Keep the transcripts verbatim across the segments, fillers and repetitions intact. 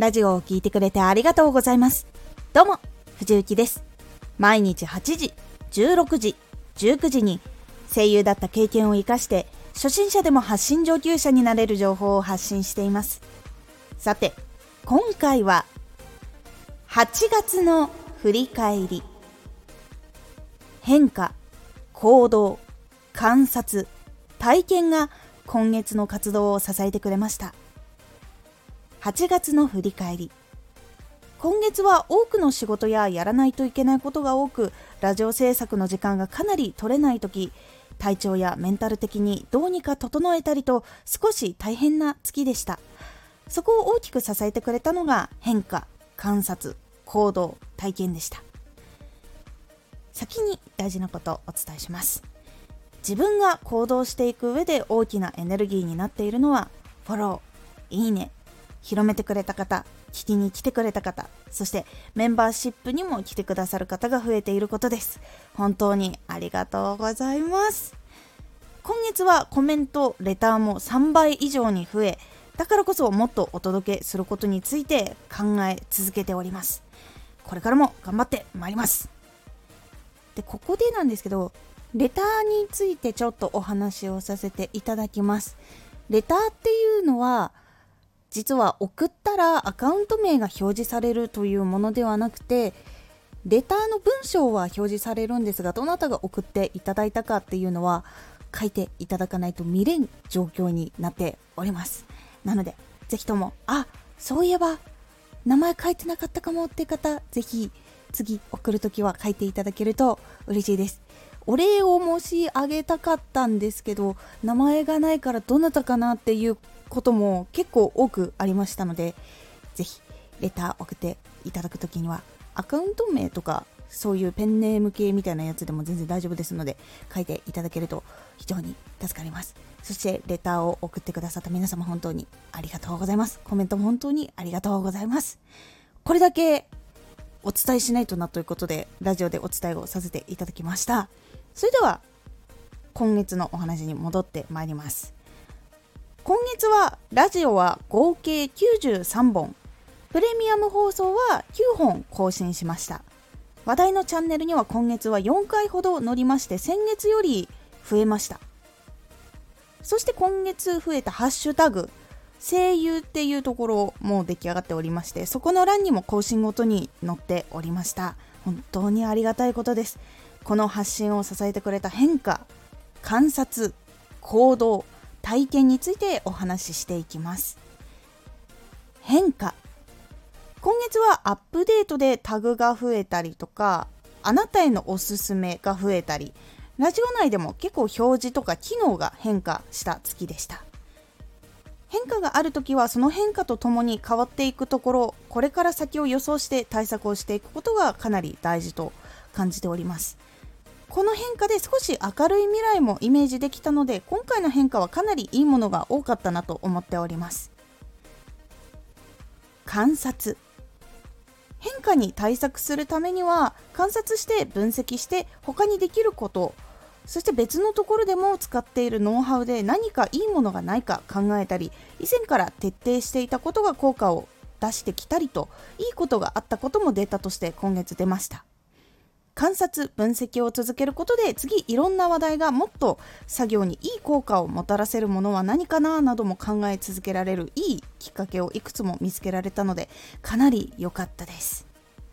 ラジオを聞いてくれてありがとうございます。どうも藤幸です。毎日はちじ、じゅうろくじ、じゅうくじに声優だった経験を生かして初心者でも発信上級者になれる情報を発信しています。さて今回ははちがつの振り返り。変化、行動、観察、体験が今月の活動を支えてくれました。はちがつの振り返り。今月は多くの仕事ややらないといけないことが多く、ラジオ制作の時間がかなり取れないとき、体調やメンタル的にどうにか整えたりと少し大変な月でした。そこを大きく支えてくれたのが変化、観察、行動、体験でした。先に大事なことをお伝えします。自分が行動していく上で大きなエネルギーになっているのは、フォロー、いいね、広めてくれた方、聞きに来てくれた方、そしてメンバーシップにも来てくださる方が増えていることです。本当にありがとうございます。今月はコメント、レターもさんばい以上に増え、だからこそもっとお届けすることについて考え続けております。これからも頑張ってまいります。で、ここでなんですけど、レターについてちょっとお話をさせていただきます。レターっていうのは、実は送ったらアカウント名が表示されるというものではなくて、レターの文章は表示されるんですが、どなたが送っていただいたかっていうのは書いていただかないと見れん状況になっております。なのでぜひとも、あ、そういえば名前書いてなかったかもって方、ぜひ次送るときは書いていただけると嬉しいです。お礼を申し上げたかったんですけど、名前がないからどなたかなっていうことも結構多くありましたので、ぜひレター送っていただくときにはアカウント名とかそういうペンネーム系みたいなやつでも全然大丈夫ですので、書いていただけると非常に助かります。そしてレターを送ってくださった皆様、本当にありがとうございます。コメントも本当にありがとうございます。これだけお伝えしないとなということで、ラジオでお伝えをさせていただきました。それでは今月のお話に戻ってまいります。今月はラジオは合計きゅうじゅうさんぼん、プレミアム放送はきゅうほん更新しました。話題のチャンネルには今月はよんかいほど載りまして、先月より増えました。そして今月増えたハッシュタグ、声優っていうところも出来上がっておりまして、そこの欄にも更新ごとに載っておりました。本当にありがたいことです。この発信を支えてくれた変化、観察、行動、体験についてお話ししていきます。変化。今月はアップデートでタグが増えたりとか、あなたへのおすすめが増えたり、ラジオ内でも結構表示とか機能が変化した月でした。変化があるときはその変化とともに変わっていくところ、これから先を予想して対策をしていくことがかなり大事と感じております。この変化で少し明るい未来もイメージできたので、今回の変化はかなりいいものが多かったなと思っております。観察。変化に対策するためには観察して分析して他にできること、そして別のところでも使っているノウハウで何かいいものがないか考えたり、以前から徹底していたことが効果を出してきたりと、いいことがあったこともデータとして今月出ました。観察分析を続けることで、次いろんな話題がもっと作業にいい効果をもたらせるものは何かななども考え続けられるいいきっかけをいくつも見つけられたので、かなり良かったです。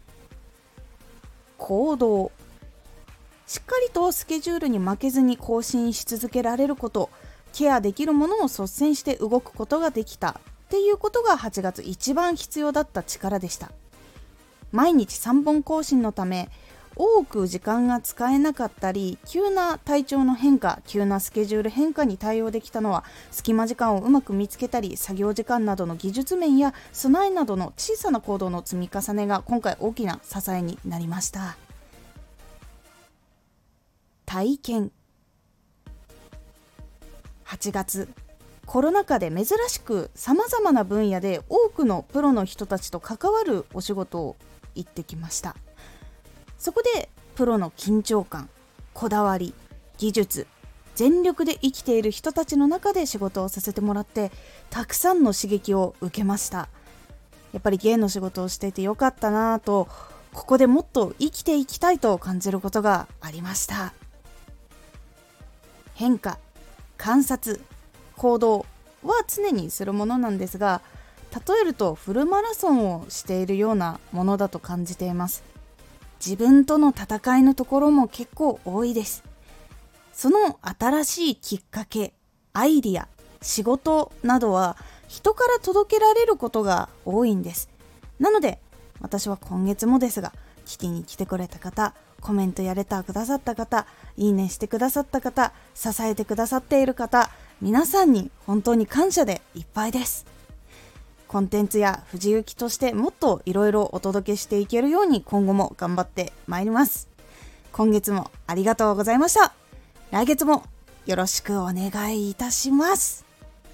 行動。しっかりとスケジュールに負けずに更新し続けられること、ケアできるものを率先して動くことができたっていうことがはちがつ一番必要だった力でした。毎日さんぼん更新のため多く時間が使えなかったり、急な体調の変化、急なスケジュール変化に対応できたのは、隙間時間をうまく見つけたり、作業時間などの技術面や備えなどの小さな行動の積み重ねが今回大きな支えになりました。体験。はちがつ、コロナ禍で珍しくさまざまな分野で多くのプロの人たちと関わるお仕事を行ってきました。そこでプロの緊張感、こだわり、技術、全力で生きている人たちの中で仕事をさせてもらって、たくさんの刺激を受けました。 やっぱり芸の仕事をしていてよかったなぁと、ここでもっと生きていきたいと感じることがありました。変化、観察、行動は常にするものなんですが、例えるとフルマラソンをしているようなものだと感じています。自分との戦いのところも結構多いです。その新しいきっかけ、アイディア、仕事などは人から届けられることが多いんです。なので私は今月もですが、聞きに来てくれた方、コメントやレターくださった方、いいねしてくださった方、支えてくださっている方、皆さんに本当に感謝でいっぱいです。コンテンツや藤雪としてもっといろいろお届けしていけるように今後も頑張ってまいります。今月もありがとうございました。来月もよろしくお願いいたします。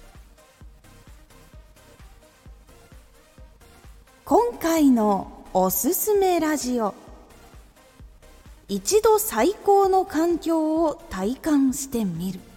今回のおすすめラジオ、一度最高の環境を体感してみる。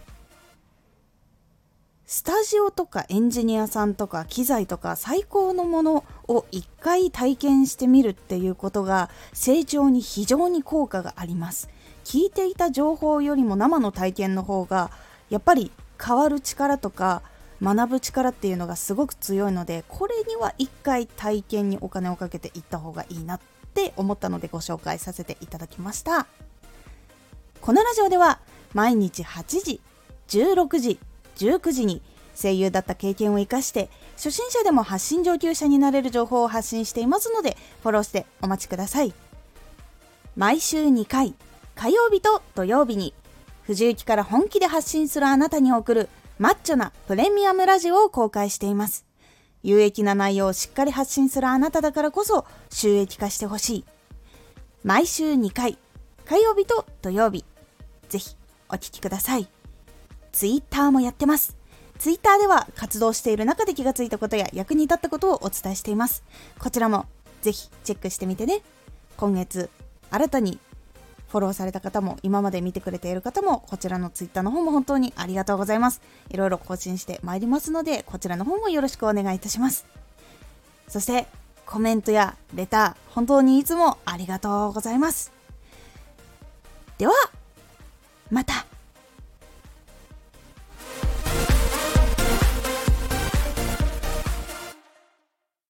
スタジオとかエンジニアさんとか機材とか最高のものを一回体験してみるっていうことが成長に非常に効果があります。聞いていた情報よりも生の体験の方がやっぱり変わる力とか学ぶ力っていうのがすごく強いので、これには一回体験にお金をかけていった方がいいなって思ったのでご紹介させていただきました。このラジオでは毎日はちじ、じゅうろくじ、じゅうくじに声優だった経験を生かして初心者でも発信上級者になれる情報を発信していますので、フォローしてお待ちください。毎週にかい、火曜日と土曜日に藤雪から本気で発信するあなたに送るマッチョなプレミアムラジオを公開しています。有益な内容をしっかり発信するあなただからこそ収益化してほしい。毎週にかい、火曜日と土曜日、ぜひお聞きください。ツイッターもやってます。ツイッターでは活動している中で気がついたことや役に立ったことをお伝えしています。こちらもぜひチェックしてみてね。今月新たにフォローされた方も今まで見てくれている方も、こちらのツイッターの方も本当にありがとうございます。いろいろ更新してまいりますので、こちらの方もよろしくお願いいたします。そしてコメントやレター、本当にいつもありがとうございます。ではまた。